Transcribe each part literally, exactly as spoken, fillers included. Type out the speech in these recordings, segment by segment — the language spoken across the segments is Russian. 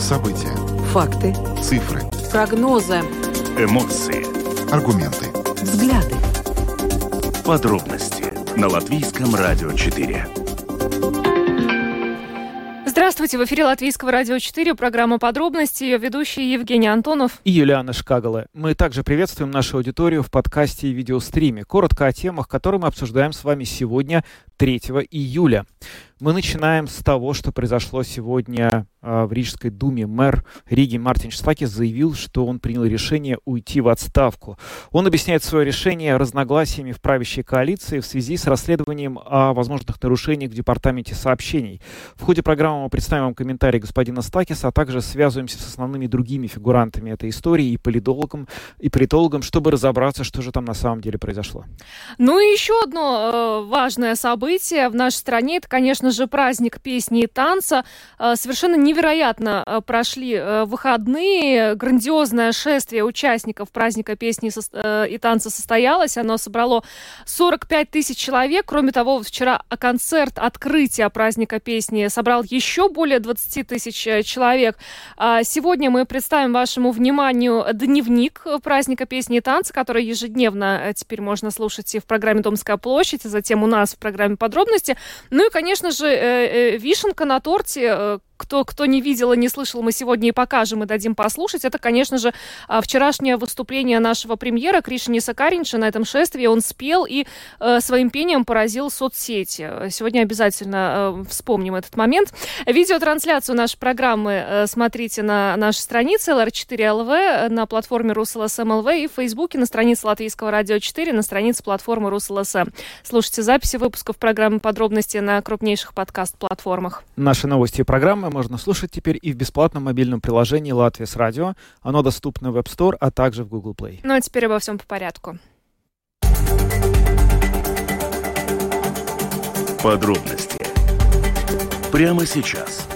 События. Факты. Цифры. Прогнозы. Эмоции. Аргументы. Взгляды. Подробности на Латвийском радио четыре. Здравствуйте, в эфире Латвийского радио четыре, программа «Подробности», ее ведущие Евгений Антонов и Юлиана Шкагала. Мы также приветствуем нашу аудиторию в подкасте и видеостриме. Коротко о темах, которые мы обсуждаем с вами сегодня, третьего июля. Мы начинаем с того, что произошло сегодня э, в Рижской думе. Мэр Риги Мартин Штакис заявил, что он принял решение уйти в отставку. Он объясняет свое решение разногласиями в правящей коалиции в связи с расследованием о возможных нарушениях в департаменте сообщений. В ходе программы мы представим вам комментарий господина Штакиса, а также связываемся с основными другими фигурантами этой истории и политологом, и политологом, чтобы разобраться, что же там на самом деле произошло. Ну и еще одно э, важное событие в нашей стране, это, конечно же, праздник песни и танца. Э, совершенно невероятно э, прошли э, выходные. Грандиозное шествие участников праздника песни и, со, э, и танца состоялось. Оно собрало сорок пять тысяч человек. Кроме того, вчера концерт открытия праздника песни собрал еще более двадцать тысяч человек. А сегодня мы представим вашему вниманию дневник праздника песни и танца, который ежедневно теперь можно слушать и в программе «Домская площадь», и затем у нас в программе «Подробности». Ну и, конечно же, вишенка на торте. Кто, кто не видел и не слышал, мы сегодня и покажем, и дадим послушать. Это, конечно же, вчерашнее выступление нашего премьера Кришиниса Кариньша на этом шествии. Он спел и э, своим пением поразил соцсети. Сегодня обязательно э, вспомним этот момент. Видеотрансляцию нашей программы э, смотрите на нашей странице эл эр четыре эл ви, на платформе РусЛСМ эл ви и в Фейсбуке на странице Латвийского радио четыре, на странице платформы РусЛСМ. Слушайте записи выпусков программы «Подробности» на крупнейших подкаст-платформах. Наши новости и программы можно слушать теперь и в бесплатном мобильном приложении «Латвия с радио». Оно доступно в App Store, а также в Google Play. Ну а теперь обо всем по порядку. Подробности прямо сейчас.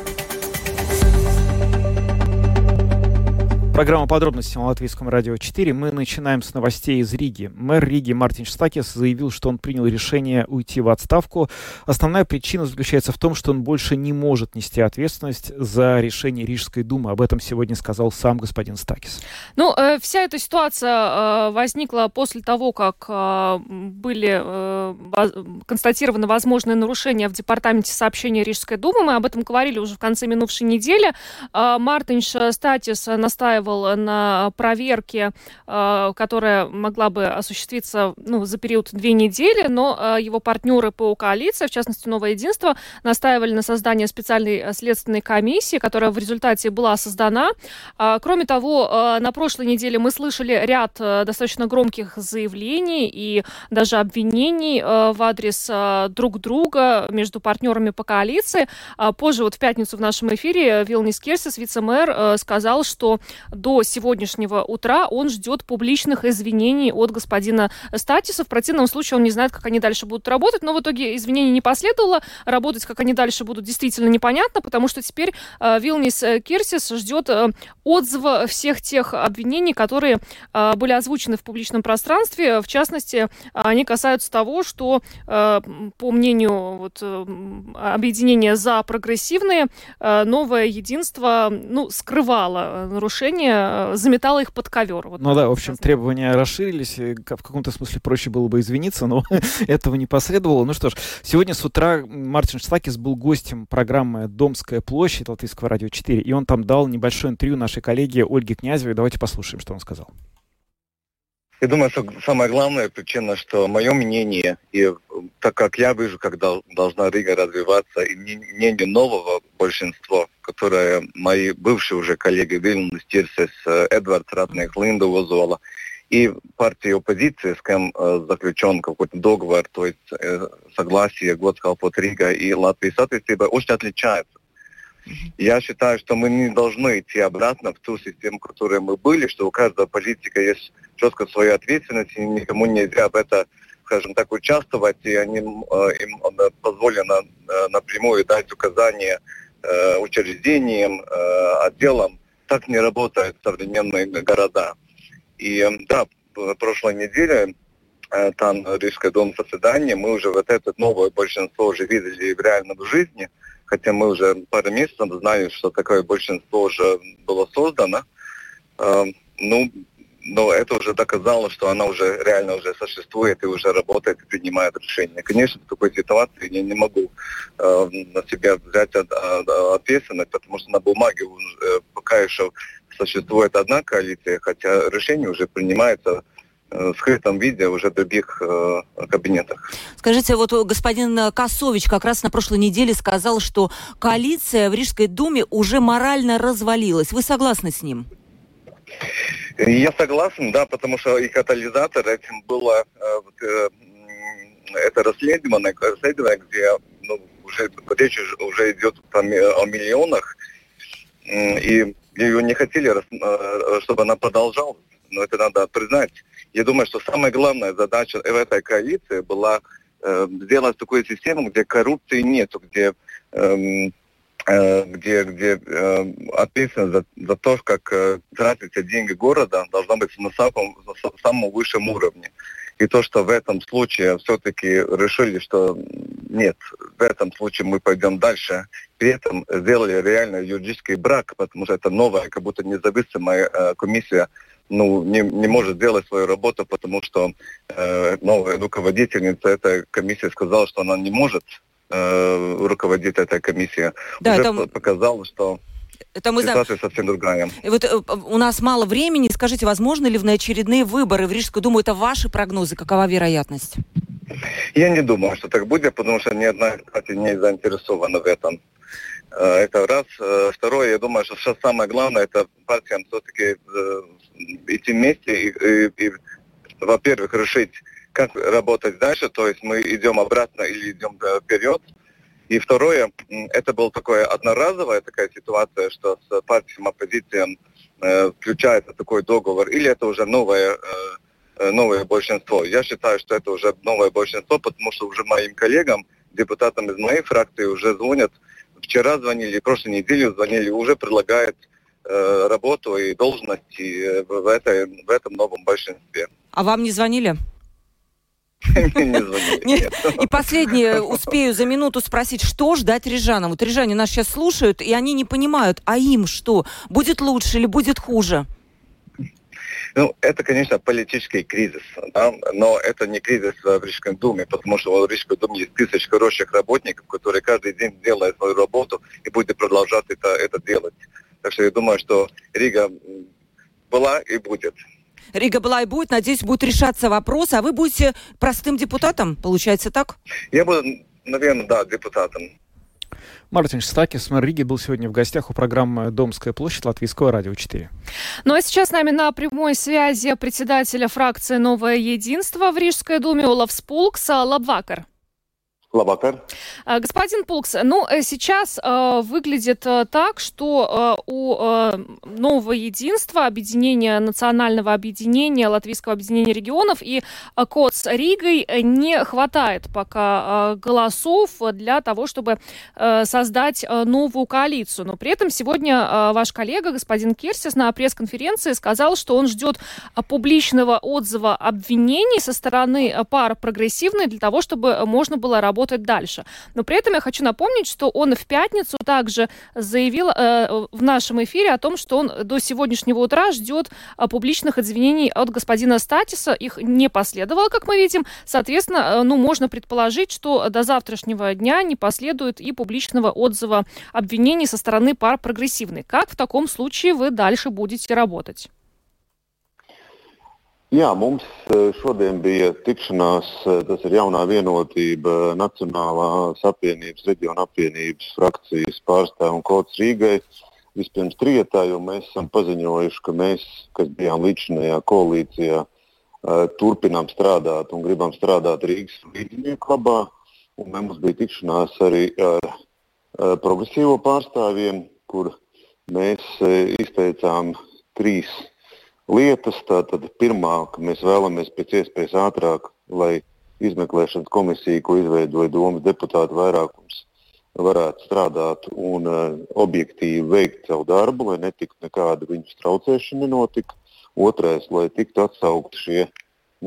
Программа «Подробности» на Латвийском радио четыре. Мы начинаем с новостей из Риги. Мэр Риги Мартин Штакис заявил, что он принял решение уйти в отставку. Основная причина заключается в том, что он больше не может нести ответственность за решение Рижской думы. Об этом сегодня сказал сам господин Штакис. Ну, э, вся эта ситуация э, возникла после того, как э, были э, воз, констатированы возможные нарушения в департаменте сообщения Рижской думы. Мы об этом говорили уже в конце минувшей недели. Э, Мартин Штакис настаивал на проверке, э, которая могла бы осуществиться ну, за период две недели, но э, его партнеры по коалиции, в частности «Новое единство», настаивали на создании специальной следственной комиссии, которая в результате была создана. Э, кроме того, э, на прошлой неделе мы слышали ряд э, достаточно громких заявлений и даже обвинений э, в адрес э, друг друга между партнерами по коалиции. Э, позже, вот в пятницу в нашем эфире, Вилнис Кирсис, вице-мэр, э, сказал, что до сегодняшнего утра он ждет публичных извинений от господина Штакиса. В противном случае он не знает, как они дальше будут работать. Но в итоге извинений не последовало. Работать, как они дальше будут, действительно непонятно, потому что теперь э, Вилнис Кирсис ждет э, отзыва всех тех обвинений, которые э, были озвучены в публичном пространстве. В частности, они касаются того, что, э, по мнению вот, э, объединения «За прогрессивные», э, «Новое единство» ну, скрывало нарушения, заметала их под ковер. Вот ну да, в общем, сказать. Требования расширились, в каком-то смысле проще было бы извиниться, но этого не последовало. Ну что ж, сегодня с утра Мартин Штакис был гостем программы «Домская площадь» Латвийского радио четыре, и он там дал небольшое интервью нашей коллеге Ольге Князевой. Давайте послушаем, что он сказал. Я думаю, что самая главная причина, что мое мнение, и так как я вижу, как дол- должна Рига развиваться, и мнение нового большинства, которое мои бывшие уже коллеги Вилнис Кирсис, Эдвард Ратник, Линда Озола, и партии оппозиции, с кем э, заключен какой-то договор, то есть э, согласие Готскалпот Рига и Латвии соответственно, очень отличается. Я считаю, что мы не должны идти обратно в ту систему, в которой мы были, что у каждого политика есть четко своя ответственность, и никому нельзя об этом, скажем так, участвовать, и они, им позволено напрямую дать указания учреждениям, отделам. Так не работают современные города. И да, в прошлой неделе там Рижская дума заседание, мы уже вот это новое большинство уже видели в реальном жизни, хотя мы уже пару месяцев знали, что такое большинство уже было создано. Э, ну, но это уже доказало, что она уже реально уже существует и уже работает и принимает решения. Конечно, в такой ситуации я не могу э, на себя взять от, от, ответственность, потому что на бумаге уже, пока еще существует одна коалиция, хотя решение уже принимается в скрытом виде уже в других э, кабинетах. Скажите, вот господин Косович как раз на прошлой неделе сказал, что коалиция в Рижской думе уже морально развалилась. Вы согласны с ним? Я согласен, да, потому что и катализатор этим было э, э, это расследование, расследование, где ну, уже речь уже идет там, о миллионах, э, и ее не хотели, э, чтобы она продолжалась, но это надо признать. Я думаю, что самая главная задача в этой коалиции была э, сделать такую систему, где коррупции нету, где э, где, где э, ответственность за, за то, как э, тратятся деньги города, должна быть на самом, на самом высшем уровне. И то, что в этом случае все-таки решили, что нет, в этом случае мы пойдем дальше, при этом сделали реально юридический брак, потому что это новая, как будто независимая э, комиссия, ну, не, не может сделать свою работу, потому что э, новая руководительница этой комиссии сказала, что она не может руководит эта комиссия, да, уже это... показало, что это мы ситуация знаем. Совсем другая. И вот у нас мало времени. Скажите, возможно ли внеочередные выборы в Рижскую думу? Это ваши прогнозы? Какова вероятность? Я не думаю, что так будет, потому что ни одна партия не заинтересована в этом. Это раз. Второе, я думаю, что сейчас самое главное, это партиям все-таки идти вместе и, и, и во-первых, решить, как работать дальше, то есть мы идем обратно или идем вперед. И второе, это была такая одноразовая такая ситуация, что с партией оппозицией э, включается такой договор, или это уже новое, э, новое большинство. Я считаю, что это уже новое большинство, потому что уже моим коллегам, депутатам из моей фракции уже звонят, вчера звонили, прошлой неделе звонили, уже предлагают э, работу и должности в, этой, в этом новом большинстве. А вам не звонили? Не звонили. И последнее, успею за минуту спросить, что ждать рижанам? Вот рижане нас сейчас слушают, и они не понимают, а им что? Будет лучше или будет хуже? Ну, это, конечно, политический кризис, да? Но это не кризис в Рижской думе, потому что в Рижской думе есть тысячи хороших работников, которые каждый день делают свою работу и будут продолжать это, это делать. Так что я думаю, что Рига была и будет. Рига была и будет. Надеюсь, будет решаться вопрос. А вы будете простым депутатом? Получается так? Я буду, наверное, да, депутатом. Мартин Шстакис, мэр Риги, был сегодня в гостях у программы «Домская площадь» Латвийского радио четыре. Ну а сейчас с нами на прямой связи председателя фракции «Новое единство» в Рижской думе Олафс Пулкс. Лабвакар. Лабакар. Господин Пулкс, ну, сейчас э, выглядит э, так, что э, у э, нового единства, объединения, национального объединения, Латвийского объединения регионов и э, КОТ с Ригой не хватает пока э, голосов для того, чтобы э, создать э, новую коалицию. Но при этом сегодня э, ваш коллега, господин Керстис, на пресс-конференции сказал, что он ждет э, публичного отзыва обвинений со стороны э, пар прогрессивной для того, чтобы можно было работать работать дальше. Но при этом я хочу напомнить, что он в пятницу также заявил э, в нашем эфире о том, что он до сегодняшнего утра ждет э, публичных извинений от господина Статиса. Их не последовало, как мы видим. Соответственно, э, ну, можно предположить, что до завтрашнего дня не последует и публичного отзыва обвинений со стороны пар прогрессивной. Как в таком случае вы дальше будете работать? Jā, mums šodien bija tikšanās, tas ir jaunā vienotība Nacionālās apvienības, reģiona apvienības frakcijas pārstāv un kods Rīgai. Vispirms trietā, jo mēs esam paziņojuši, ka mēs, kas bijām līdzinājā koalīcijā, turpinām strādāt un gribam strādāt Rīgas līdzinieku labā. Un mums bija tikšanās arī ar progresīvo pārstāvjiem, kur mēs izteicām trīs lietas. Tātad pirmā, ka mēs vēlamies pēc iespējas ātrāk, lai izmeklēšanas komisija, ko izveidoja domas deputātu vairākums, varētu strādāt un uh, objektīvi veikt savu darbu, lai netiktu nekāda viņu traucēšana nenotika. Otrais, lai tiktu atsaukti šie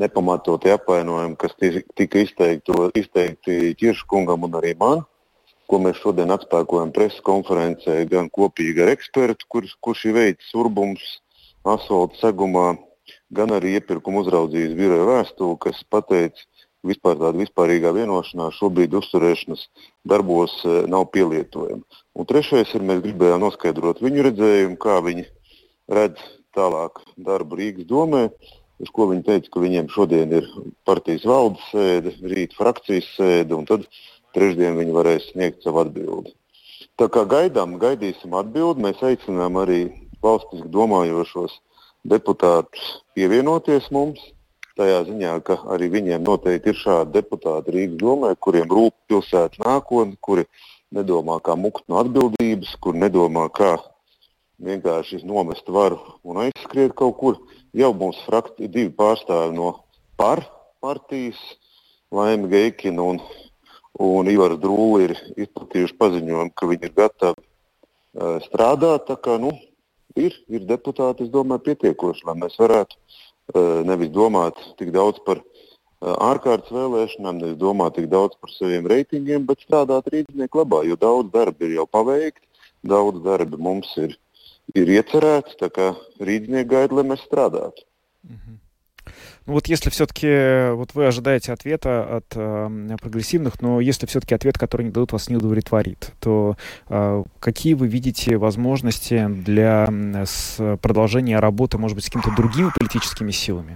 nepamatoti apvainojumi, kas tika izteikti, izteikti Ķirškungam un arī man. ko mēs šodien atspēkojam preses konferencē, gan kopīgi ar ekspertu, kur, kurš ir veicis urbums asfalta segumā, gan arī iepirkuma uzraudzības biroja vēstuli, kas pateica, vispār tāda vispārīgā vienošanās šobrīd uzturēšanas darbos nav pielietojama. Un trešais ir, mēs gribējām noskaidrot viņu redzējumu, kā viņi redz tālāk darbu Rīgas domē, uz ko viņi teica, ka viņiem šodien ir partijas valdes sēde, rīt frakcijas sēde, un tad trešdien viņi varēs sniegt savu atbildi. Tā kā gaidām, gaidīsim atbildi, mēs aicinām arī valstiski domājošos deputātus pievienoties mums, tajā ziņā, ka arī viņiem noteikti ir šādi deputāti Rīgas domē, kuriem rūp pilsētas nākotne, kuri nedomā kā mukt no atbildības, kur nedomā kā vienkārši nomest varu un aizskriet kaut kur. Jau mums frakti divi pārstāvi no par partijas, Laima Geikina un, un Ivars Drūli ir izplatījuši paziņojumu, ka viņi ir gatavi uh, strādāt. Tā kā, nu, ir, ir deputāti, es domāju, pietiekoši, lai mēs varētu uh, nevis domāt tik daudz par uh, ārkārtas vēlēšanām, nevis domāt tik daudz par saviem reitingiem, bet strādāt rīznieku labā, jo daudz darba ir jau paveikti, daudz darba mums ir ir iecerēts, tā kā рīdznieki gaida, lai mēs strādātu. Ну вот если все-таки вот вы ожидаете ответа от э, прогрессивных, но если все-таки ответ, который не дадут, вас не удовлетворит, то э, какие вы видите возможности для э, с продолжения работы, может быть, с какими-то другими политическими силами?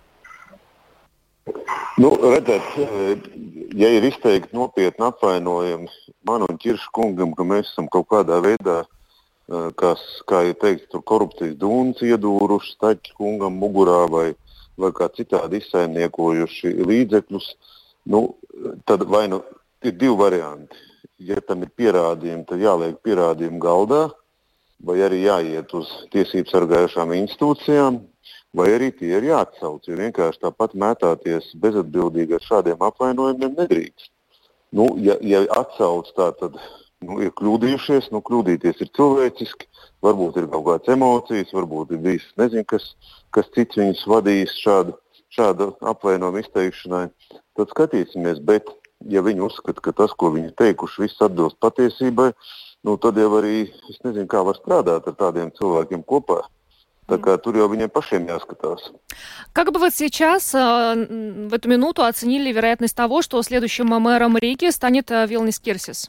Nu, redzēt, ja ir izteikti nopietni apvainojumi man un Ķirša kungam, ka mēs esam kaut kādā veidā, kas, kā jau teikt, tur korupcijas dūnas iedūruši Staķa kungam mugurā vai, vai kā citādi izsaimniekojuši līdzekļus, nu, tad vai nu ir divi varianti. Ja tam ir pierādījumi, tad jāliek pierādījumi galdā, vai arī jāiet uz tiesību sargājušām institūcijām, vai arī tie ir jāatsauc, jo vienkārši tāpat mētāties bezatbildīgi ar šādiem apvainojumiem nedrīkst. Nu, ja, ja atsauc tā, tad nu, ir kļūdījušies, nu, kļūdīties ir cilvēciski, varbūt ir kaut kādas emocijas, varbūt ir bijis, nezinu, kas, kas cits viņus vadījis šādu, šādu apvainojumu izteikšanai. Tad skatīsimies, bet ja viņi uzskata, ka tas, ko viņi teikuši, viss atbilst patiesībai, nu, tad jau arī, es nezinu, kā var strādāt ar tādiem cilvēkiem kopā. Так как тут jau viņiem pašiem jāskatās. Как бы вы сейчас в эту минуту оценили вероятность того, что следующим мэром Риги станет Vilnis Kirsis?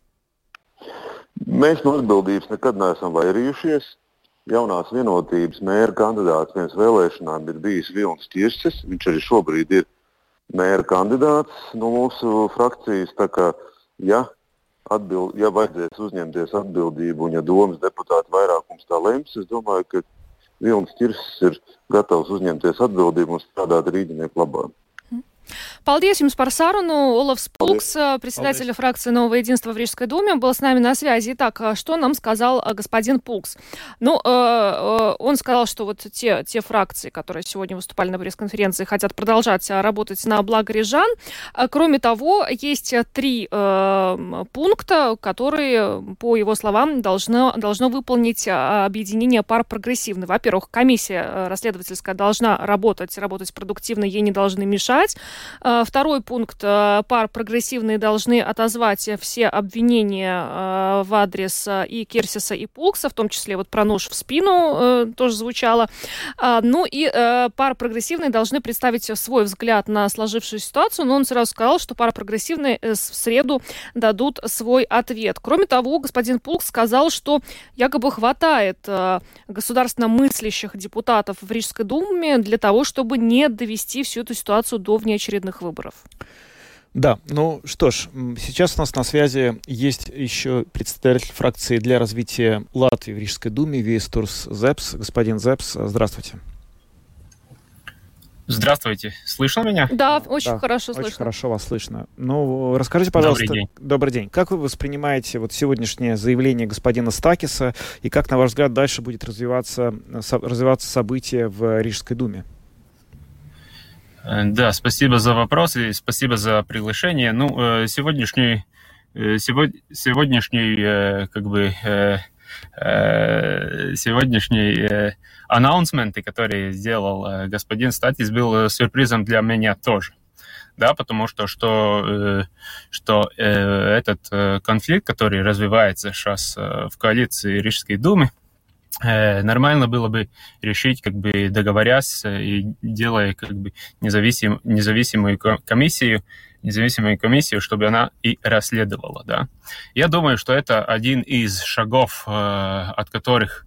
Mēs no atbildības nekad neesam vairījušies. Jaunās vienotības mēra kandidāts viens vēlēšanām ir bijis Vilnis Kirsis. Viņš arī šobrīd ir mēra kandidāts no mūsu frakcijas. Tā kā, ja, atbild, ja vajadzēs uzņemties atbildību un ja domas deputāti vairākums tā lems, es domāju, ka Vilnis Kirsis ir gatavs uzņemties atbildību un strādāt rīdzinieku labā. Paldies jums par sarunu. Олафс Пулкс, председатель Paldies. Фракции «Новое единство» в Рижской думе, был с нами на связи. Итак, что нам сказал господин Пулкс? Ну, он сказал, что вот те, те фракции, которые сегодня выступали на пресс-конференции, хотят продолжать работать на благо рижан. Кроме того, есть три пункта, которые, по его словам, должно, должно выполнить объединение пар прогрессивных. Во-первых, комиссия расследовательская должна работать, работать продуктивно, ей не должны мешать. Второй пункт. Пар прогрессивные должны отозвать все обвинения в адрес и Кирсиса, и Пулкса, в том числе вот про нож в спину тоже звучало. Ну и пар прогрессивные должны представить свой взгляд на сложившуюся ситуацию, но он сразу сказал, что пара прогрессивные в среду дадут свой ответ. Кроме того, господин Пулкс сказал, что якобы хватает государственно мыслящих депутатов в Рижской думе для того, чтобы не довести всю эту ситуацию до внеочередных выборов. Да, ну что ж, сейчас у нас на связи есть еще представитель фракции для развития Латвии в Рижской думе Viesturs Zepes. Господин Зепс, здравствуйте. Здравствуйте. Слышно меня? Да, очень да, хорошо очень слышно. Очень хорошо вас слышно. Ну, расскажите, пожалуйста. Добрый день. Добрый день. Как вы воспринимаете вот сегодняшнее заявление господина Стакиса и как, на ваш взгляд, дальше будет развиваться, развиваться события в Рижской думе? Да, спасибо за вопрос и спасибо за приглашение. Ну, сегодняшний, сегодняшний, как бы, сегодняшний анонсменты, который сделал господин Статис, был сюрпризом для меня тоже. да, потому что, что, э, что э, этот э, конфликт, который развивается сейчас э, в коалиции Рижской думы, э, нормально было бы решить, как бы договорясь и делая как бы независим, независимую комиссию, независимую комиссию, чтобы она и расследовала, да. Я думаю, что это один из шагов, э, от которых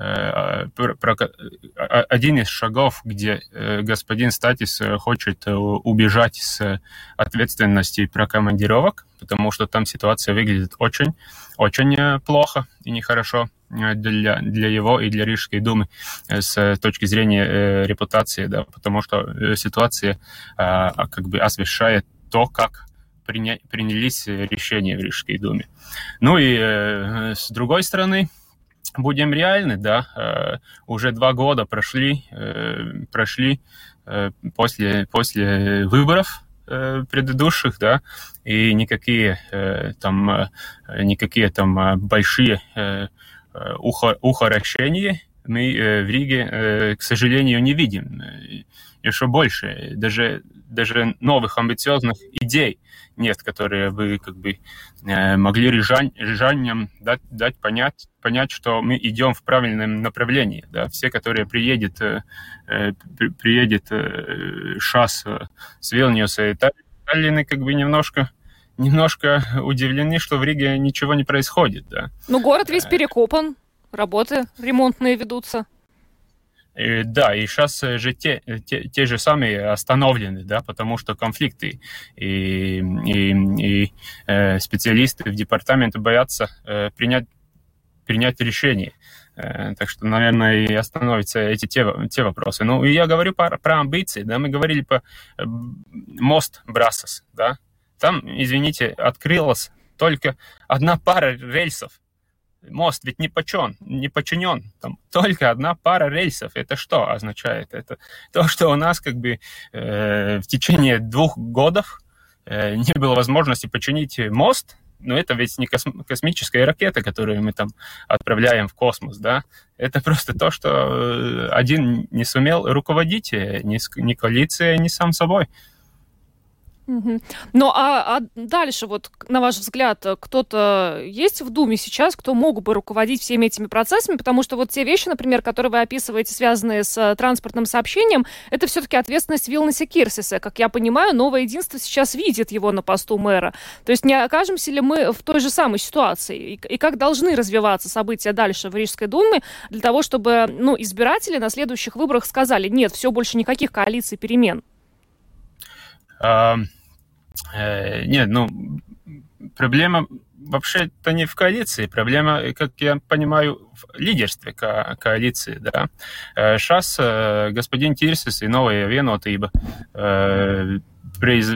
один из шагов, где господин Статис хочет убежать с ответственности про командировок, потому что там ситуация выглядит очень, очень плохо и нехорошо для, для его и для Рижской думы с точки зрения репутации, да, потому что ситуация как бы освещает то, как приня, принялись решения в Рижской думе. Ну и с другой стороны, будем реальны, да, э, уже два года прошли, э, прошли э, после, после выборов э, предыдущих, да, и никакие э, там, э, никакие там большие э, ухо, ухорощения мы э, в Риге, э, к сожалению, не видим. Еще больше, даже, даже новых амбициозных идей нет, которые бы как бы э, могли рижан, рижанам дать, дать понять, понять, что мы идем в правильном направлении. Да? Все, которые приедет, э, при, приедет э, сейчас э, с Вильнюса и Таллина, как бы немножко, немножко удивлены, что в Риге ничего не происходит. Да? Ну, город весь перекопан, работы ремонтные ведутся. И, да, и сейчас же те, те, те же самые остановлены, да, потому что конфликты, и, и, и э, специалисты в департаменте боятся э, принять, принять решение. Э, так что, наверное, и остановятся эти те, те вопросы. Ну, и я говорю про, про амбиции, да, мы говорили про э, мост Брасос, да, там, извините, открылась только одна пара рельсов. Мост ведь не почен, не починен, там только одна пара рельсов. Это что означает? Это то, что у нас как бы э, в течение двух годов э, не было возможности починить мост, но это ведь не косм- космическая ракета, которую мы там отправляем в космос, да? Это просто то, что э, один не сумел руководить, ни, ни коалиция, ни сам собой. Угу. Ну, а, а дальше, вот, на ваш взгляд, кто-то есть в Думе сейчас, кто мог бы руководить всеми этими процессами? Потому что вот те вещи, например, которые вы описываете, связанные с транспортным сообщением, это все-таки ответственность Вилниса Кирсиса. Как я понимаю, Новое единство сейчас видит его на посту мэра. То есть не окажемся ли мы в той же самой ситуации? И, и как должны развиваться события дальше в Рижской думе для того, чтобы, ну, избиратели на следующих выборах сказали: нет, все, больше никаких коалиций, перемен? Uh, uh, нет, ну, проблема вообще-то не в коалиции, проблема, как я понимаю, в лидерстве ко- коалиции, да. Uh, сейчас uh, господин Кирсис и Новая Vienotība uh, произ...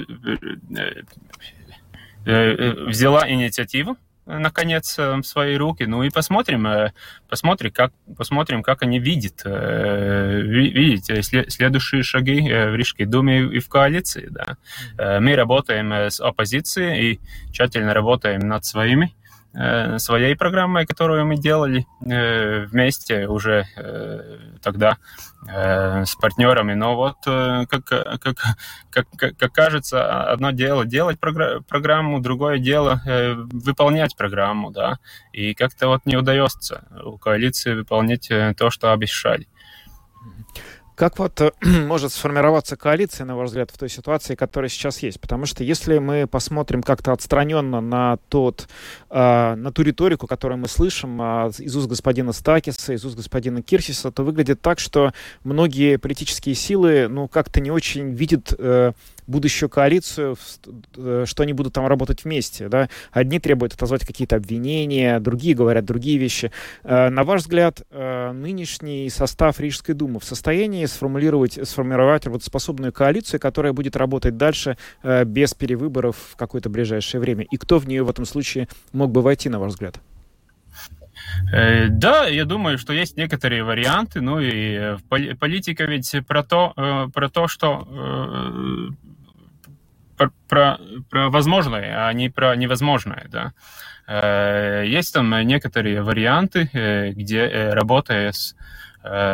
uh, взяла инициативу, наконец, в свои руки. Ну и посмотрим, посмотрим, как, посмотрим, как они видят, видите, следующие шаги в Рижской думе и в коалиции. Да. Мы работаем с оппозицией и тщательно работаем над своими, своей программой, которую мы делали вместе уже тогда с партнерами. Но вот, как, как, как, как кажется, одно дело делать программу, другое дело выполнять программу, да, и как-то вот не удается у коалиции выполнять то, что обещали. Как вот э, может сформироваться коалиция, на ваш взгляд, в той ситуации, которая сейчас есть? Потому что если мы посмотрим как-то отстраненно на, тот, э, на ту риторику, которую мы слышим э, из уст господина Стакиса, из уст господина Кирсиса, то выглядит так, что многие политические силы, ну, как-то не очень видят э, будущую коалицию, что они будут там работать вместе. Да? Одни требуют отозвать какие-то обвинения, другие говорят другие вещи. Э, на ваш взгляд, э, нынешний состав Рижской думы в состоянии сформулировать, сформировать работоспособную коалицию, которая будет работать дальше э, без перевыборов в какое-то ближайшее время? И кто в нее в этом случае мог бы войти, на ваш взгляд? Э, да, я думаю, что есть некоторые варианты. Ну и политика ведь про то, э, про то, что э, про, про, про возможное, а не про невозможное. Да. Э, есть там некоторые варианты, э, где, э, работая с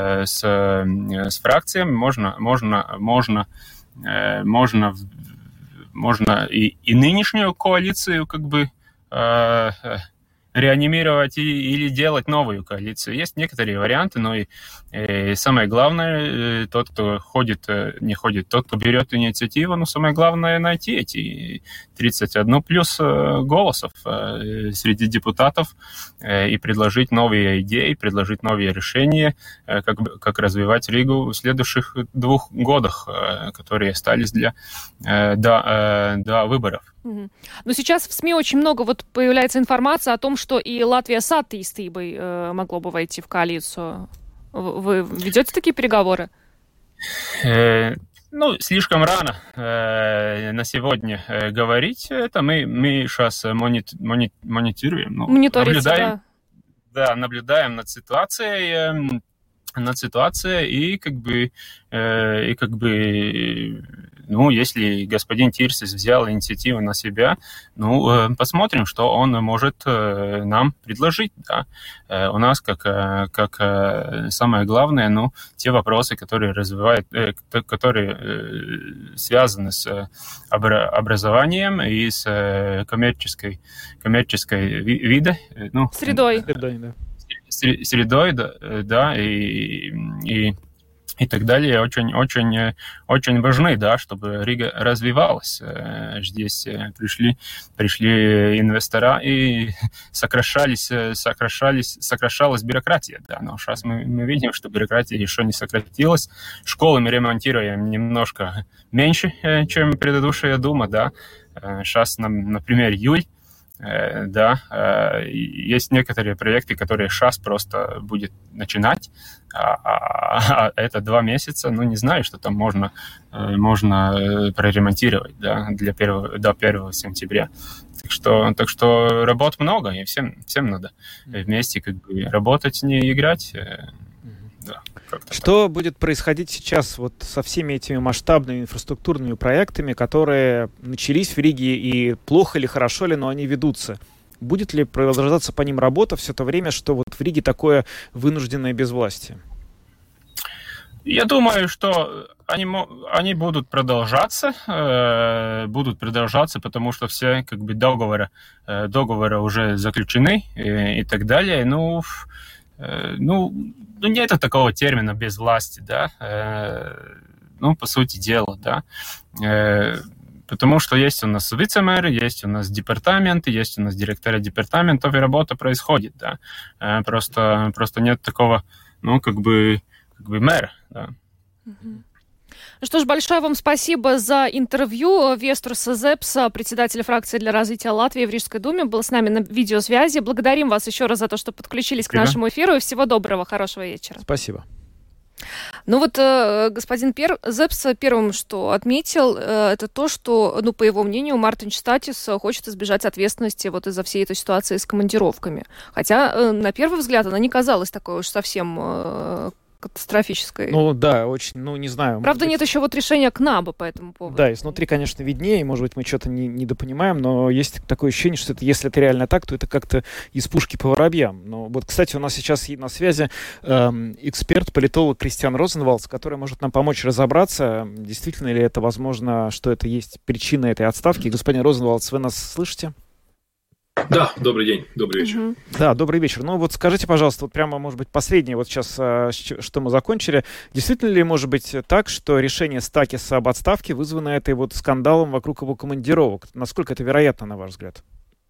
С, с фракциями можно, можно, можно, можно можно и, и нынешнюю коалицию как бы э, реанимировать и, или делать новую коалицию. Есть некоторые варианты, но и, и самое главное, тот, кто ходит, не ходит, тот, кто берет инициативу, но самое главное найти эти тридцать один плюс голосов среди депутатов и предложить новые идеи, предложить новые решения, как, как развивать Ригу в следующих двух годах, которые остались для, до, до выборов. Но сейчас в СМИ очень много вот появляется информация о том, что и Латвия с атеистыбой э, могло бы войти в коалицию. Вы ведете такие переговоры? Э, ну, слишком рано э, на сегодня э, говорить это. Мы, мы сейчас монит, монит, монитируем. Ну, наблюдаем, да. да, наблюдаем над ситуацией. Э, над ситуацией и как бы, э, и как бы, ну, если господин Тирсис взял инициативу на себя, ну, э, посмотрим, что он может э, нам предложить, да. Э, у нас, как, э, как э, самое главное, ну, те вопросы, которые развивают, э, которые э, связаны с э, обра- образованием и с э, коммерческой, коммерческой ви- вида, э, ну, средой. Средой, да. средой, да, да и, и, и так далее, очень, очень, очень важны, да, чтобы Рига развивалась. Здесь пришли, пришли инвестора и сокращались, сокращались, сокращалась бюрократия, да, но сейчас мы, мы видим, что бюрократия еще не сократилась. Школы мы ремонтируем немножко меньше, чем предыдущая дума, да. Сейчас, например, июль. Да, есть некоторые проекты, которые сейчас просто будет начинать, а, а, а это два месяца, ну, не знаю, что там можно, можно проремонтировать, да, для первого, до первого сентября. Так что, так что работ много, и всем, всем надо вместе как бы работать, не играть. Да, что так будет происходить сейчас вот со всеми этими масштабными инфраструктурными проектами, которые начались в Риге, и плохо ли, хорошо ли, но они ведутся? Будет ли продолжаться по ним работа все то время, что вот в Риге такое вынужденное безвластие? Я думаю, что они, они будут продолжаться, э, будут продолжаться, потому что все как бы договоры, э, договоры уже заключены и, и так далее. Ну, э, ну, ну, нет такого термина без власти, да. Э, ну, по сути дела, да. Э, потому что есть у нас вице-мэры, есть у нас департаменты, есть у нас директора департаментов, и работа происходит, да. Э, просто, просто нет такого, ну, как бы, как бы мэра, да. Ну что ж, большое вам спасибо за интервью. Веструс Зепс, председатель фракции для развития Латвии в Рижской думе, был с нами на видеосвязи. Благодарим вас еще раз за то, что подключились спасибо. К нашему эфиру. И всего доброго, хорошего вечера. Спасибо. Ну вот э, господин Пер... Зепс первым, что отметил, э, это то, что, ну, по его мнению, Мартин Статис хочет избежать ответственности вот из-за всей этой ситуации с командировками. Хотя, э, на первый взгляд, она не казалась такой уж совсем... Э, катастрофической. Ну да, очень, ну не знаю. Правда, быть... нет еще вот решения КНАБа по этому поводу. Да, изнутри, конечно, виднее, может быть, мы что-то не, недопонимаем, но есть такое ощущение, что это, если это реально так, то это как-то из пушки по воробьям. Но вот, кстати, у нас сейчас на связи эм, эксперт, политолог Кристиан Розенвалдс, который может нам помочь разобраться, действительно ли это возможно, что это есть причина этой отставки. Господин Розенвалдс, вы нас слышите? Да, добрый день, добрый вечер. Uh-huh. Да, добрый вечер. Ну вот скажите, пожалуйста, вот прямо, может быть, последнее, вот сейчас, что мы закончили. Действительно ли может быть так, что решение Стакиса об отставке вызвано этой вот скандалом вокруг его командировок? Насколько это вероятно, на ваш взгляд?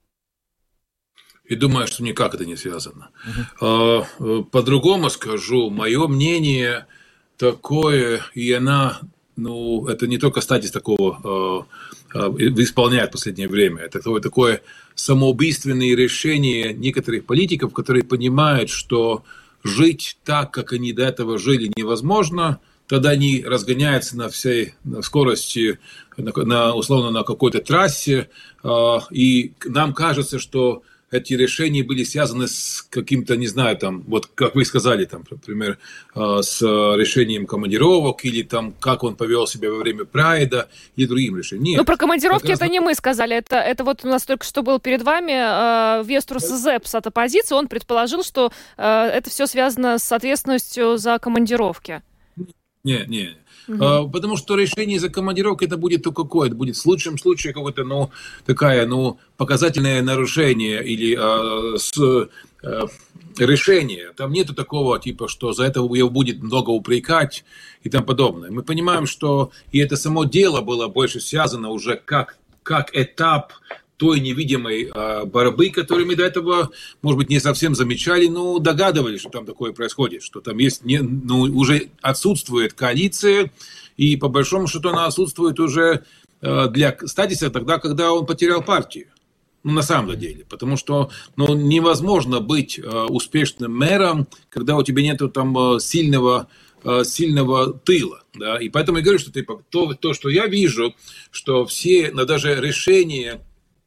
И думаю, что никак это не связано. Uh-huh. По-другому скажу, мое мнение такое, и она, ну, это не только Статис такого исполняет в последнее время. Это такое, такое самоубийственное решение некоторых политиков, которые понимают, что жить так, как они до этого жили, невозможно. Тогда они разгоняются на всей на скорости, на, на, условно, на какой-то трассе. И нам кажется, что эти решения были связаны с каким-то, не знаю, там, вот как вы сказали, там, например, с решением командировок или там, как он повел себя во время прайда и другим решением. Нет. Ну, про командировки это раз... не мы сказали, это, это вот у нас только что был перед вами э, Веструс Зепс от оппозиции, он предположил, что э, это все связано с ответственностью за командировки. Не, не. Угу. А, потому что решение за командировку это будет только какое? Это будет в лучшем случае какое-то, ну, такая, ну, показательное нарушение или а, с, а, решение. Там нету такого, типа, что за это его будет много упрекать и тому подобное. Мы понимаем, что и это само дело было больше связано уже как, как этап той невидимой э, борьбы, которую мы до этого, может быть, не совсем замечали, но догадывались, что там такое происходит, что там есть, не, ну, уже отсутствует коалиция, и по большому счету она отсутствует уже э, для Статиса тогда, когда он потерял партию. Ну, на самом деле, потому что ну, невозможно быть э, успешным мэром, когда у тебя нету там э, сильного, э, сильного тыла. Да? И поэтому я говорю, что типа, то, то, что я вижу, что все, но даже решения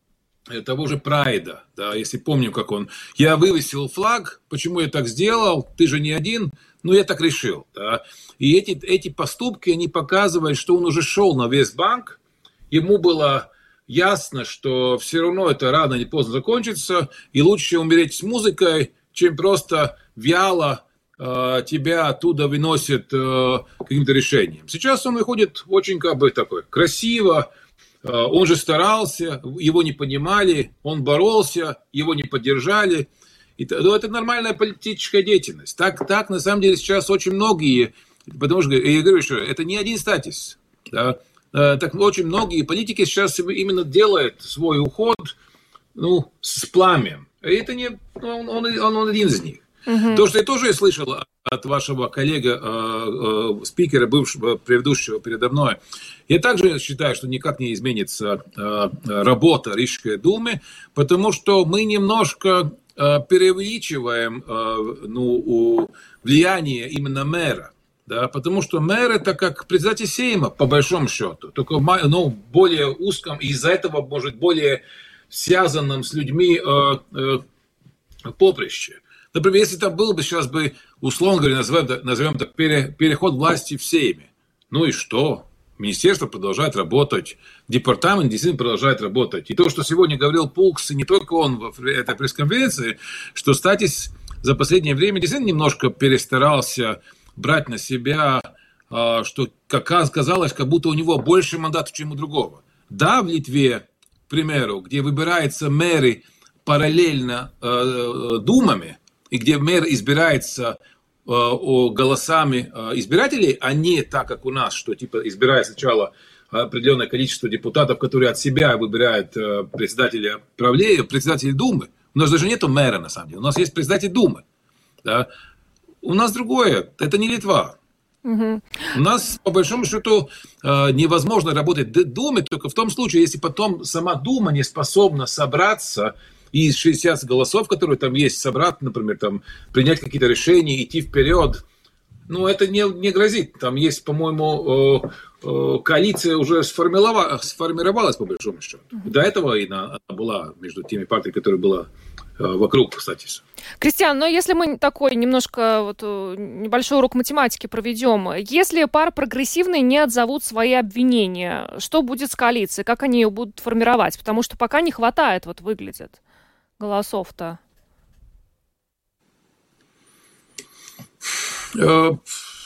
того же Прайда, да, если помним, как он, я вывесил флаг, почему я так сделал, ты же не один, но я так решил, да, и эти, эти поступки, они показывают, что он уже шел на Вестбанк, ему было ясно, что все равно это рано или поздно закончится, и лучше умереть с музыкой, чем просто вяло э, тебя оттуда выносят э, каким-то решением. Сейчас он выходит очень как бы такой красиво. Он же старался, его не понимали, он боролся, его не поддержали. И, ну, это нормальная политическая деятельность. Так, так на самом деле сейчас очень многие, потому что я говорю, что это не один Статис. Да, так очень многие политики сейчас именно делают свой уход ну, с пламенем. И это не, он, он, он один из них. Угу. То, что я тоже слышал от вашего коллега, э, э, спикера, бывшего, предыдущего передо мной, я также считаю, что никак не изменится э, работа Рижской думы, потому что мы немножко э, преувеличиваем э, ну, влияние именно мэра. Да, потому что мэр это как председатель Сейма, по большому счету, только ну, более узком, и из-за этого, может, более связанном с людьми э, э, поприще. Например, если там был бы сейчас бы, условно говоря, назовем, назовем так, пере, переход власти в Сейме. Ну и что? Министерство продолжает работать, департамент действительно продолжает работать. И то, что сегодня говорил Пулкс, и не только он в этой пресс-конференции, что Статис за последнее время действительно немножко перестарался брать на себя, что как казалось, как будто у него больше мандатов, чем у другого. Да, в Литве, к примеру, где выбираются мэры параллельно э, думами, и где мэр избирается э, голосами э, избирателей, а не так, как у нас, что типа избирает сначала определенное количество депутатов, которые от себя выбирают э, председателя правления, председателя Думы. У нас даже нету мэра, на самом деле. У нас есть председатель Думы. Да? У нас другое. Это не Литва. Угу. У нас, по большому счету, э, невозможно работать в Думе только в том случае, если потом сама Дума не способна собраться и из шестидесяти голосов, которые там есть, собрать, например, там, принять какие-то решения, идти вперед. Ну, это не, не грозит. Там есть, по-моему, э, э, коалиция уже сформировалась, сформировалась, по большому счету. До этого и она была между теми партиями, которые была э, вокруг Статиса. Кристиан, но если мы такой немножко вот, небольшой урок математики проведем, если пары прогрессивные не отзовут свои обвинения, что будет с коалицией? Как они ее будут формировать? Потому что пока не хватает, вот выглядит, голосов-то. Ну,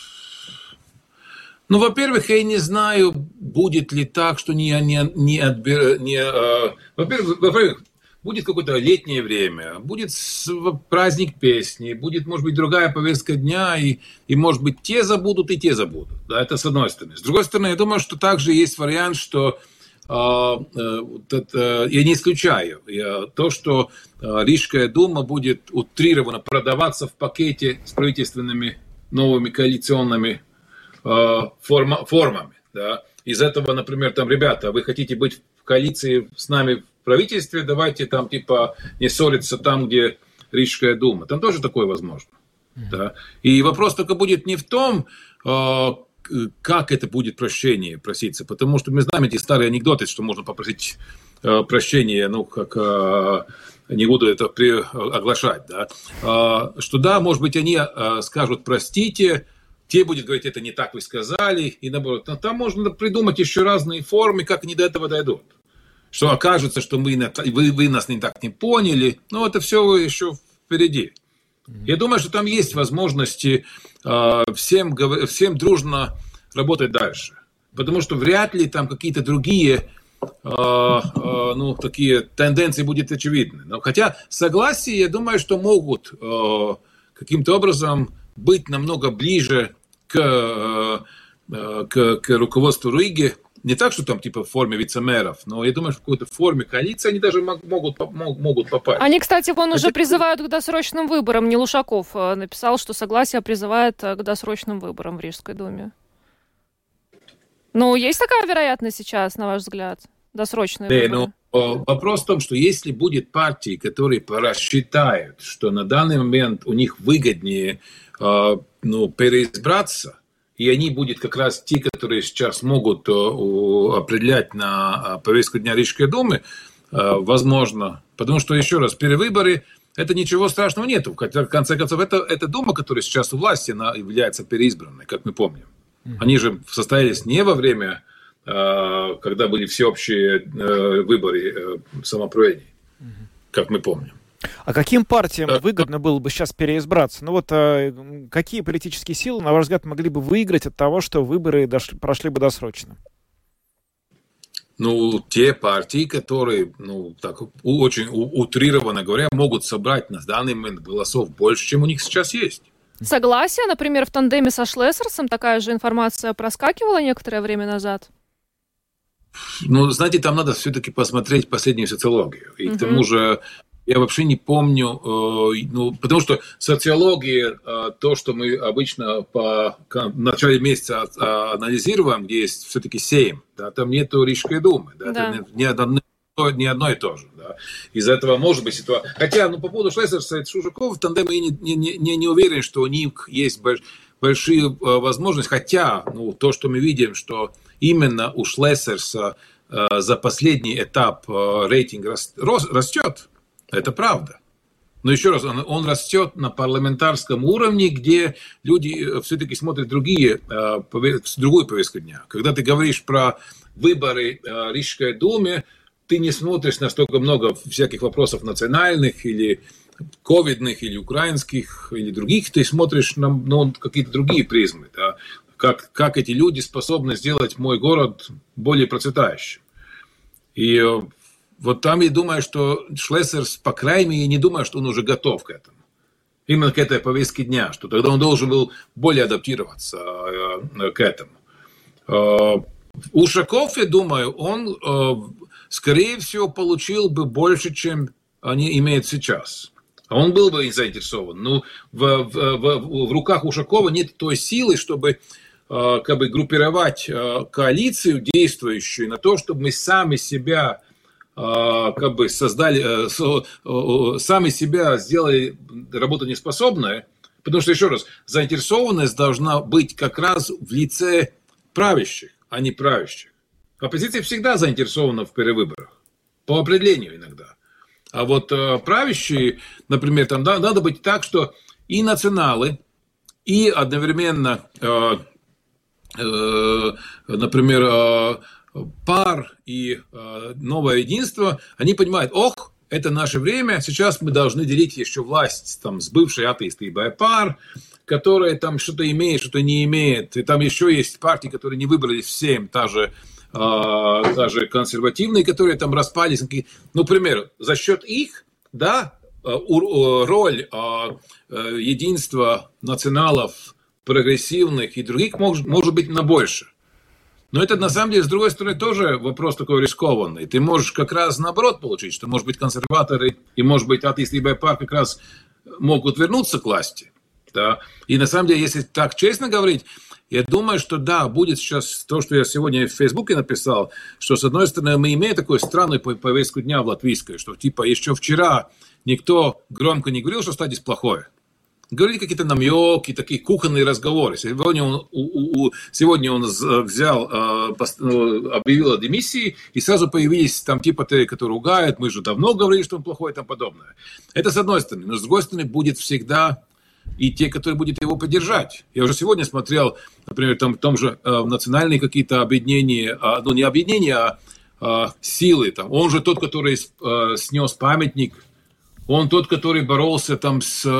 во-первых, я не знаю, будет ли так, что не, не, не, отбер... не uh, во-первых, во-первых, будет какое-то летнее время, будет праздник песни, будет, может быть, другая повестка дня, и, и может быть, те забудут, и те забудут. Да, это с одной стороны. С другой стороны, я думаю, что также есть вариант, что uh, uh, uh, я не исключаю я, то, что uh, Рижская дума будет утрированно продаваться в пакете с правительственными новыми коалиционными э, форма, формами. Да. Из этого, например, там, ребята, вы хотите быть в коалиции с нами в правительстве, давайте там типа не ссориться там, где Рижская дума. Там тоже такое возможно. Mm-hmm. Да. И вопрос только будет не в том, э, как это будет прощение проситься, потому что мы знаем эти старые анекдоты, что можно попросить э, прощения, ну, как... Э, не буду это при, оглашать, да, а, что да, может быть, они а, скажут простите, те будут говорить, это не так вы сказали, и наоборот, но там можно придумать еще разные формы, как они до этого дойдут. Что окажется, что мы, вы, вы нас не так не поняли, но это все еще впереди. Я думаю, что там есть возможности э, всем, всем дружно работать дальше. Потому что вряд ли там какие-то другие э, э, ну, такие тенденции будут очевидны. Но хотя согласие, я думаю, что могут э, каким-то образом быть намного ближе к, э, к, к руководству Риги. Не так, что там типа в форме вице-мэров, но я думаю, что в какой-то форме коалиции они даже могут, могут попасть. Они, кстати, вон уже призывают к досрочным выборам. Не Лушаков написал, что согласие призывает к досрочным выборам в Рижской думе. Ну, есть такая вероятность сейчас, на ваш взгляд? Досрочные да, выборы? Ну, вопрос в том, что если будет партии, которые рассчитают, что на данный момент у них выгоднее ну, переизбраться, и они будут как раз те, которые сейчас могут uh, определять на повестку дня Рижской думы, uh, возможно. Потому что, еще раз, перевыборы, это ничего страшного нет. В конце концов, это, это дума, которая сейчас у власти, она является переизбранной, как мы помним. Mm-hmm. Они же состоялись не во время, uh, когда были всеобщие uh, выборы uh, самоуправлений, mm-hmm. как мы помним. А каким партиям выгодно было бы сейчас переизбраться? Ну вот а, какие политические силы, на ваш взгляд, могли бы выиграть от того, что выборы дошли, прошли бы досрочно? Ну, те партии, которые, ну, так очень утрированно говоря, могут собрать на данный момент голосов больше, чем у них сейчас есть. Согласие, например, в тандеме со Шлессерсом такая же информация проскакивала некоторое время назад? Ну, знаете, там надо все-таки посмотреть последнюю социологию. И угу. к тому же я вообще не помню, э, ну, потому что социология, э, то, что мы обычно по в начале месяца э, анализируем, где есть все-таки семь, да, там нету Рижской думы, да, да. Это не, не, одно, не одно и то же. Да. Из-за этого может быть ситуация. Хотя, ну, по поводу Шлессерса и Шушакова, в тандеме я не, не, не, не уверен, что у них есть больш, большие э, возможности. Хотя, ну, то, что мы видим, что именно у Шлессерса э, за последний этап э, рейтинг рас, рос, растет. Это правда. Но еще раз, он, он растет на парламентарском уровне, где люди все-таки смотрят другие, другую повестку дня. Когда ты говоришь про выборы в Рижской думе, ты не смотришь настолько много всяких вопросов национальных или ковидных, или украинских, или других. Ты смотришь на ну, какие-то другие призмы. Да? Как, как эти люди способны сделать мой город более процветающим. И вот там я думаю, что Шлессерс, по крайней мере, не думаю, что он уже готов к этому. Именно к этой повестке дня, что тогда он должен был более адаптироваться к этому. Ушаков, я думаю, он, скорее всего, получил бы больше, чем они имеют сейчас. Он был бы заинтересован. Но в, в, в, в руках Ушакова нет той силы, чтобы как бы группировать коалицию действующую на то, чтобы мы сами себя как бы создали, сами себя сделали работонеспособной, потому что, еще раз, заинтересованность должна быть как раз в лице правящих, а не правящих. Оппозиция всегда заинтересована в перевыборах, по определению иногда. А вот правящие, например, там да, надо быть так, что и националы, и одновременно, например, Пар и э, Новое единство, они понимают, ох, это наше время, сейчас мы должны делить еще власть там, с бывшей атеистой Пар, которая там что-то имеет, что-то не имеет. И там еще есть партии, которые не выбрались в семь, та же, э, та же консервативные, которые там распались. Ну, например, за счет их, да, роль э, единства националов, прогрессивных и других может, может быть на больше. Но это, на самом деле, с другой стороны, тоже вопрос такой рискованный. Ты можешь как раз наоборот получить, что, может быть, консерваторы и, может быть, атеисты и Пар как раз могут вернуться к власти. Да? И, на самом деле, если так честно говорить, я думаю, что да, будет сейчас то, что я сегодня в Фейсбуке написал, что, с одной стороны, мы имеем такую странную повестку дня в латвийской, что, типа, еще вчера никто громко не говорил, что статус плохое. Говорили какие-то намеки, такие кухонные разговоры. Сегодня он, у, у, сегодня он взял, объявил о демиссии, и сразу появились там типа те, которые ругают, мы же давно говорили, что он плохой и тому подобное. Это с одной стороны. Но с другой стороны будет всегда и те, которые будут его поддержать. Я уже сегодня смотрел, например, там, в том же э, национальные какие-то объединения, э, ну не объединения, а э, силы. Там. Он же тот, который э, снес памятник. Он тот, который боролся там с,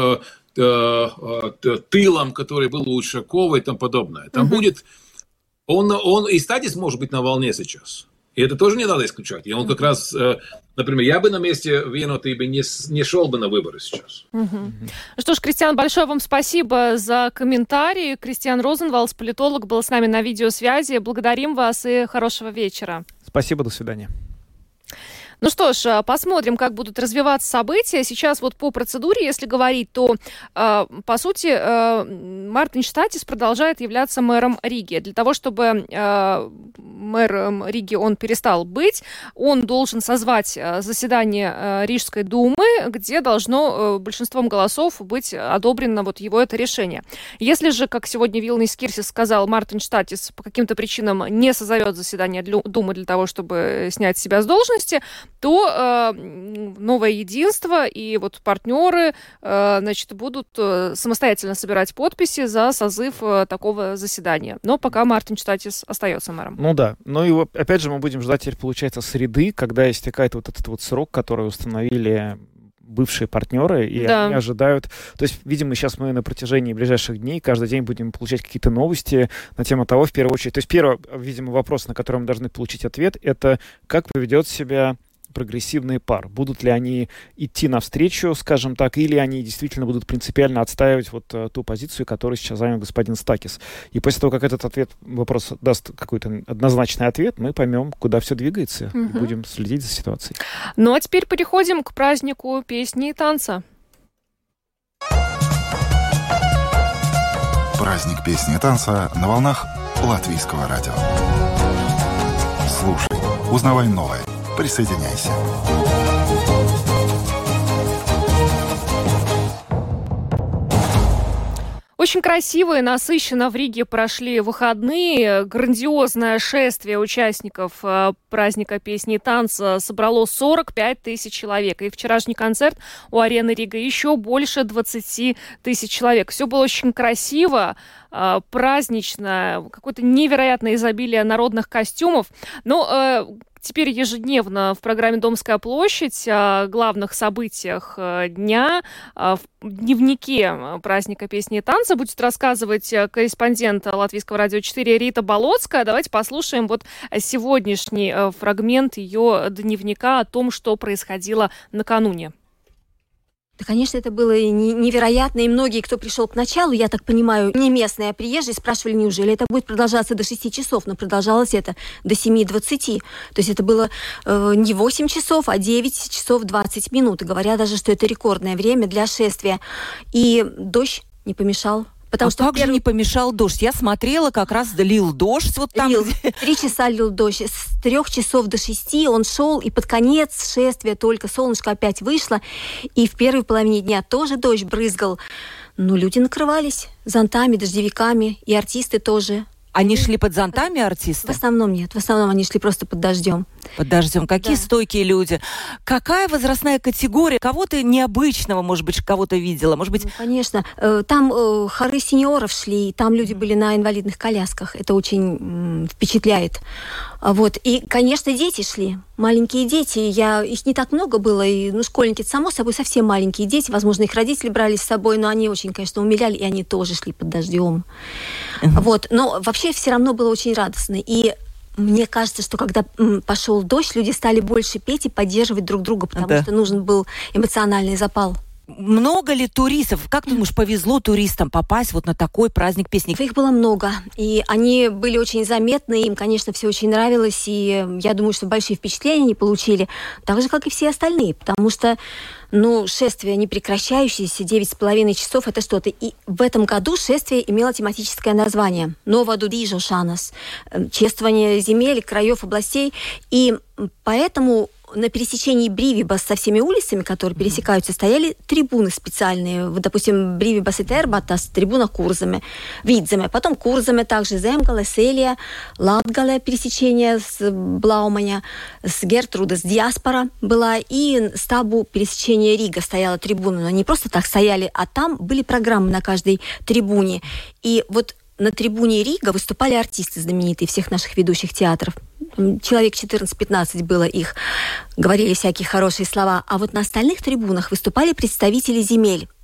тылом, который был у Ушакова и тому подобное. Там угу. будет... Он, он и Статис может быть на волне сейчас. И это тоже не надо исключать. И он как раз, например, я бы на месте Vienotības не, не шел бы на выборы сейчас. Угу. Ну что ж, Кристиан, большое вам спасибо за комментарии. Кристиан Розенвалдс, политолог, был с нами на видеосвязи. Благодарим вас и хорошего вечера. Спасибо, до свидания. Ну что ж, посмотрим, как будут развиваться события. Сейчас вот по процедуре, если говорить, то, э, по сути, э, Мартин Штатис продолжает являться мэром Риги. Для того, чтобы э, мэром Риги он перестал быть, он должен созвать заседание э, Рижской думы, где должно э, большинством голосов быть одобрено вот его это решение. Если же, как сегодня Вилнис Кирсис сказал, Мартин Штатис по каким-то причинам не созовет заседание думы для того, чтобы снять себя с должности, то э, новое единство и вот партнеры э, значит, будут э, самостоятельно собирать подписи за созыв э, такого заседания. Но пока Мартин Штатис остается мэром. Ну да. Ну и опять же мы будем ждать теперь, получается, среды, когда истекает вот этот вот срок, который установили бывшие партнеры, и да. они ожидают... То есть, видимо, сейчас мы на протяжении ближайших дней каждый день будем получать какие-то новости на тему того, в первую очередь... То есть, первый, видимо, вопрос, на который мы должны получить ответ, это как поведет себя прогрессивный пар. Будут ли они идти навстречу, скажем так, или они действительно будут принципиально отстаивать вот uh, ту позицию, которую сейчас занял господин Стакис. И после того, как этот ответ, вопрос даст какой-то однозначный ответ, мы поймем, куда все двигается, угу. и будем следить за ситуацией. Ну, а теперь переходим к празднику песни и танца. Праздник песни и танца на волнах Латвийского радио. Слушай, узнавай новое. Присоединяйся. Очень красиво и насыщенно в Риге прошли выходные. Грандиозное шествие участников праздника песни и танца собрало сорок пять тысяч человек. И вчерашний концерт у арены Рига еще больше двадцать тысяч человек. Все было очень красиво, празднично, какое-то невероятное изобилие народных костюмов. Но теперь ежедневно в программе «Домская площадь» о главных событиях дня в дневнике праздника песни и танца будет рассказывать корреспондент Латвийского радио четыре Рита Болотская. Давайте послушаем вот сегодняшний фрагмент ее дневника о том, что происходило накануне. Да, конечно, это было невероятно, и многие, кто пришел к началу, я так понимаю, не местные, а приезжие, спрашивали, неужели это будет продолжаться до шести часов, но продолжалось это до семи двадцати. То есть это было э, не восемь часов, а девять часов двадцать минут. И говорят даже, что это рекордное время для шествия. И дождь не помешал. Потому а что как первый... же не помешал дождь? Я смотрела, как раз лил дождь. Вот там. Лил. Три часа лил дождь. С трех часов до шести он шел, и под конец шествия только солнышко опять вышло. И в первой половине дня тоже дождь брызгал. Но люди накрывались зонтами, дождевиками, и артисты тоже. Они шли под зонтами, артисты? В основном нет. В основном они шли просто под дождем. Под дождем. Какие да. стойкие люди. Какая возрастная категория? Кого-то необычного, может быть, кого-то видела? Может быть... Ну, конечно. Там э, хоры сеньоров шли, там люди были на инвалидных колясках. Это очень м, впечатляет. Вот. И, конечно, дети шли. Маленькие дети. Я... Их не так много было. И, ну, школьники, само собой, совсем маленькие дети. Возможно, их родители брали с собой, но они очень, конечно, умиляли, и они тоже шли под дождем. Uh-huh. Вот. Но вообще все равно было очень радостно. И мне кажется, что когда м, пошел дождь, люди стали больше петь и поддерживать друг друга, потому да. что нужен был эмоциональный запал. Много ли туристов? Как ты думаешь, повезло туристам попасть вот на такой праздник песни? Их было много, и они были очень заметны, им, конечно, все очень нравилось, и я думаю, что большие впечатления они получили, так же, как и все остальные, потому что, ну, шествие непрекращающееся, девять с половиной часов, это что-то. И в этом году шествие имело тематическое название «Нова Дудижо Шанас», чествование земель, краев, областей, и поэтому на пересечении Бривибас со всеми улицами, которые пересекаются, стояли трибуны специальные. Вот, допустим, Бривибас и Тербатас, трибуна Курзаме, Видзаме, потом Курзаме, также Земгале, Селия, Латгале, пересечение с Блауманя, с Гертруда, с Диаспора была, и с Табу пересечение Рига стояла трибуна. Но они просто так стояли, а там были программы на каждой трибуне. И вот на трибуне Рига выступали артисты знаменитые всех наших ведущих театров. Человек четырнадцать-пятнадцать было их. Говорили всякие хорошие слова. А вот на остальных трибунах выступали представители земель.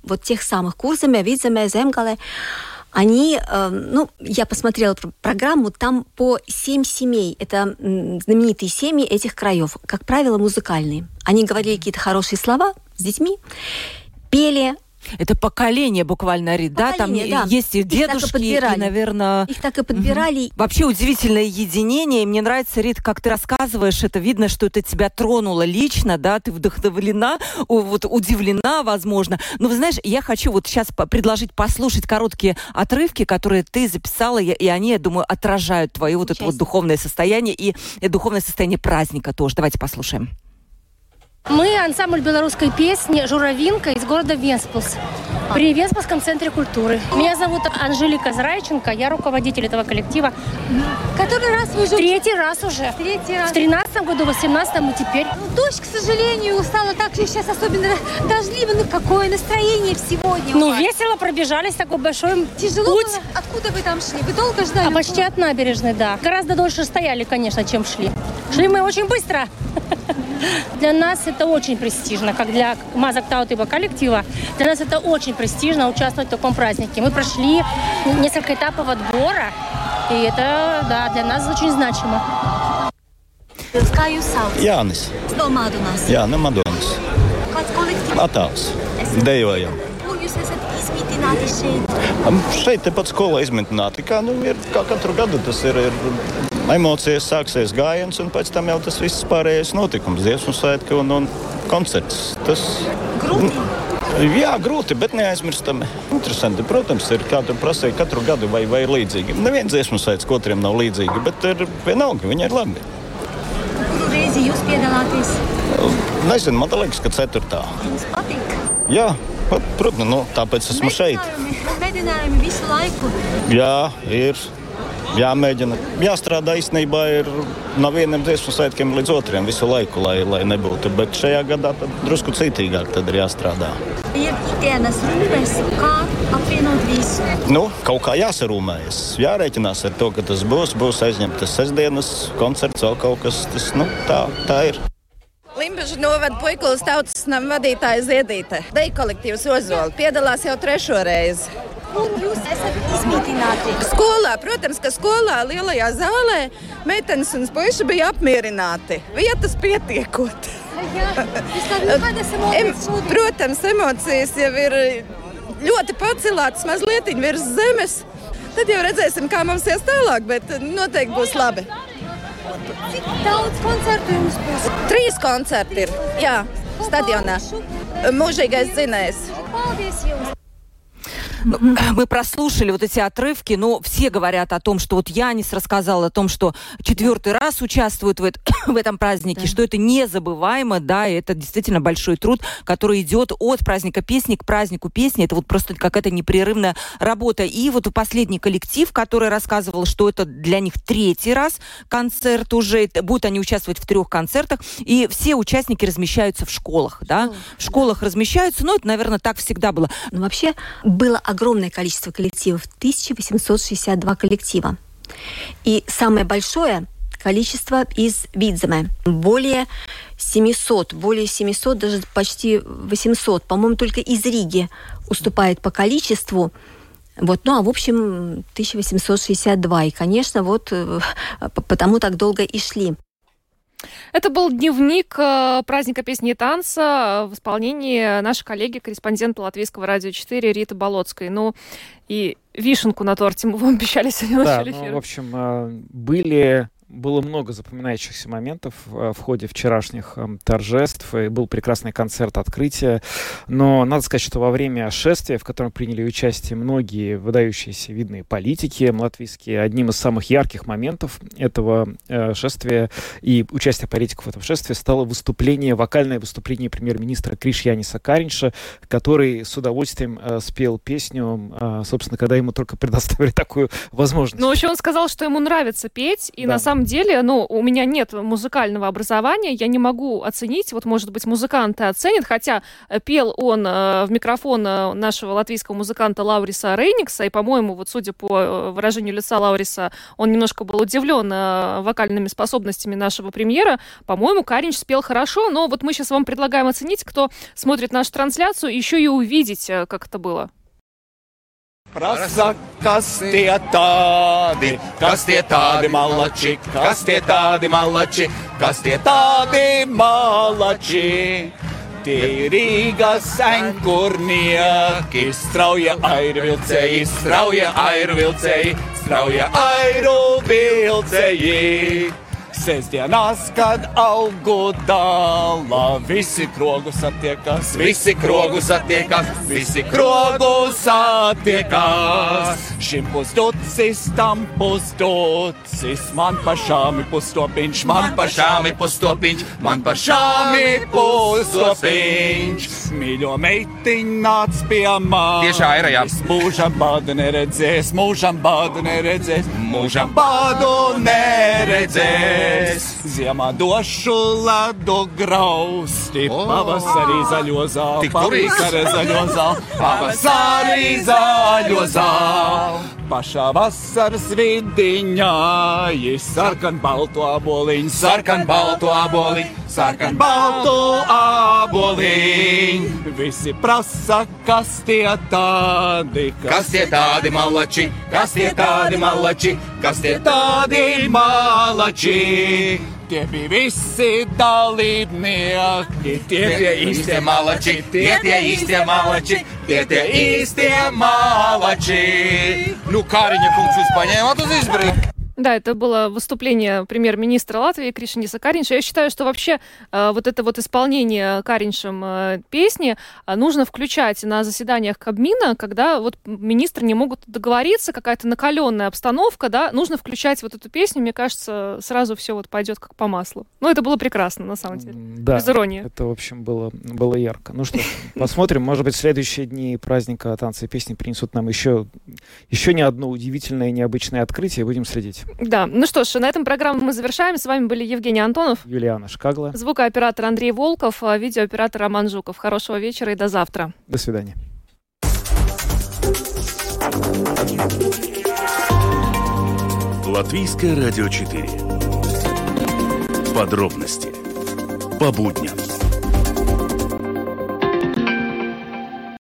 вот тех самых Курземе, Видземе, Земгале, они, э, ну, я посмотрела программу, там по семь семей, это знаменитые семьи этих краев, как правило, музыкальные. Они говорили какие-то хорошие слова с детьми, пели. Это поколение буквально, Рит, да? Там да. есть и дедушки, и, и, наверное... Их так и подбирали. Угу. Вообще удивительное единение. И мне нравится, Рит, как ты рассказываешь, это видно, что это тебя тронуло лично, да? Ты вдохновлена, вот, удивлена, возможно. Но, вы знаешь, я хочу вот сейчас предложить послушать короткие отрывки, которые ты записала, и они, я думаю, отражают твое вот это вот духовное состояние и духовное состояние праздника тоже. Давайте послушаем. Мы ансамбль белорусской песни «Журавинка» из города Венспилс при Венспилсском центре культуры. Меня зовут Анжелика Зрайченко, я руководитель этого коллектива. Который раз вы уже... Третий раз уже. Третий раз. В тринадцатом году, в восемнадцатом и теперь. Ну, дождь, к сожалению, стало так же сейчас особенно дождливо. Ну, какое настроение сегодня? Ну, весело пробежались, такой большой Тяжело путь. Было? Откуда вы там шли? Вы долго ждали? А почти от набережной, да. Гораздо дольше стояли, конечно, чем шли. Шли мы очень быстро. Для нас это очень престижно, как для Мазактаутыба коллектива. Для нас это очень престижно участвовать в таком празднике. Мы прошли несколько этапов отбора, и это, да, для нас очень значимо. Jānis. Jānis Madonis. Attēls. Dejojam. Šeit tepat skolā izmitināti. Kā, nu, ir, kā katru gadu tas ir, ir emocijas, sāksies gājiens, un pēc tam jau tas viss pārējais notikums, dziesmu svētki un, un koncerts. Tas, grūti? Jā, grūti, bet neaizmirstami. Interesanti, protams, ir, kā tu prasīji, katru gadu vai, vai līdzīgi. Neviens dziesmu svētks otriem nav līdzīgi, bet ir vienalga, viņi ir labi. Kuru reizi jūs piedalāties? Nezinu, man liekas, ka ceturtā. Jums patīk? Jā, pat, protams, nu, tāpēc esmu šeit. Mēģinājumi visu laiku? Jā, ir. Jāmēģina. Jāstrādā īstenībā ir no vieniem dziesmu svētkiem līdz otriem visu laiku, lai, lai nebūtu. Bet šajā gadā tad drusku citīgāk tad ir jāstrādā. Ir ikdienas rūpes, kā apvienot visu? Nu, kaut kā jāsarūmējas. Jārēķinās ar to, ka tas būs. Būs aizņemtas sestdienas koncerts, vēl kaut kas. Tas, nu, tā, tā ir. Limbažu novada puikulas tautas nama vadītāja Ziedīte. Deju kolektīvs Ozoli piedalās jau trešo reizi. Kur jūs esat izmitināti? Skolā, protams, ka skolā, lielajā zālē, meitenes un puiši bija apmierināti. Vietas pietiekot. Jā, kādas emocijas šodien? Protams, emocijas jau ir ļoti pacelātas, mazliet virs zemes. Tad jau redzēsim, kā mums ies tālāk, bet noteikti būs labi. Cik daudz koncertu jums būs? Trīs koncerti ir, jā, stadionā. Mūžīgais dzinējs. Paldies jums! Ну, мы прослушали вот эти отрывки, но все говорят о том, что вот Янис рассказал о том, что четвертый раз участвует в, это, в этом празднике, да. Что это незабываемо, да, и это действительно большой труд, который идет от праздника песни к празднику песни. Это вот просто какая-то непрерывная работа. И вот последний коллектив, который рассказывал, что это для них третий раз концерт уже, будут они участвовать в трех концертах, и все участники размещаются в школах, да, в школах да. размещаются, но это, наверное, так всегда было. Но вообще было огромное количество коллективов, тысяча восемьсот шестьдесят два коллектива. И самое большое количество из Видземе. Более семисот, более семисот, даже почти восемьсот. По-моему, только из Риги уступает по количеству. Вот, ну, а в общем, тысяча восемьсот шестьдесят два. И, конечно, вот потому так долго и шли. Это был дневник праздника песни и танца в исполнении нашей коллеги, корреспондента Латвийского радио четыре Риты Болотской. Ну, и вишенку на торте мы вам обещали сегодня в начале эфира. Ну, в общем, были... Было много запоминающихся моментов в ходе вчерашних торжеств. И был прекрасный концерт открытия. Но надо сказать, что во время шествия, в котором приняли участие многие выдающиеся видные политики латвийские, одним из самых ярких моментов этого шествия и участия политиков в этом шествии стало выступление, вокальное выступление премьер-министра Кришьяниса Каринша, который с удовольствием спел песню, собственно, когда ему только предоставили такую возможность. Ну, вообще он сказал, что ему нравится петь, и да. на самом самом деле, ну, у меня нет музыкального образования, я не могу оценить, вот, может быть, музыканты оценят, хотя пел он э, в микрофон э, нашего латвийского музыканта Лауриса Рейникса, и, по-моему, вот, судя по выражению лица Лауриса, он немножко был удивлен э, вокальными способностями нашего премьера. По-моему, Каринч спел хорошо, но вот мы сейчас вам предлагаем оценить, кто смотрит нашу трансляцию, еще и увидеть, э, как это было. Prasa, kas tie tādi, kas tie tādi malači, kas tie tādi malači, kas tie tādi malači. Tie Rīgas ankurnieki, strauja airvilcēji, strauja airvilcēji, strauja airvilcēji. Sestdienās, kad augu dala, visi krogu satiekas, visi krogu satiekas, visi krogu satiekas. Šim pusducis, tam pusducis, man pašām ir pustopiņš, man pašām ir pustopiņš, man pašām ir pustopiņš. Mīļo meitiņ nāc pie manis. Tiešā ir, jā. Mūžam badu neredzēs, mūžam badu neredzēs, mūžam badu neredzēs. Ziemā došu ledu grausti, oh. Pavasarī zaļo zāli, pavasarī zaļo zāli, pavasarī zaļo zāli. Pašā vasaras vidiņā ir sarkan baltu aboliņu, sarkan baltu aboliņu, sarkan baltu aboliņu. Visi prasa, kas tie tādi, kas tie tādi malači, kas tie tādi malači, kas tie tādi malači. Tie bija visi dalībnieki, tie tie īstie malači, tie tie īstie malači, tie tie īstie malači. Nu, Kāriņa kungs, jūs paņēmāt uz izbrīdi? Да, это было выступление премьер-министра Латвии Кришиниса Каринша. Я считаю, что вообще э, вот это вот исполнение Кариншем э, песни э, нужно включать на заседаниях Кабмина, когда вот министры не могут договориться, какая-то накаленная обстановка, да, нужно включать вот эту песню, мне кажется, сразу все вот пойдет как по маслу. Ну, это было прекрасно, на самом деле. Да, без иронии. Это, в общем, было, было ярко. Ну что, посмотрим, может быть, следующие дни праздника танца и песни принесут нам еще, еще не одно удивительное и необычное открытие, будем следить. Да, ну что ж, на этом программу мы завершаем. С вами были Евгений Антонов, Юлиана Шкагла, звукооператор Андрей Волков, видеооператор Роман Жуков. Хорошего вечера и до завтра. До свидания. Латвийское радио четыре. Подробности по будням.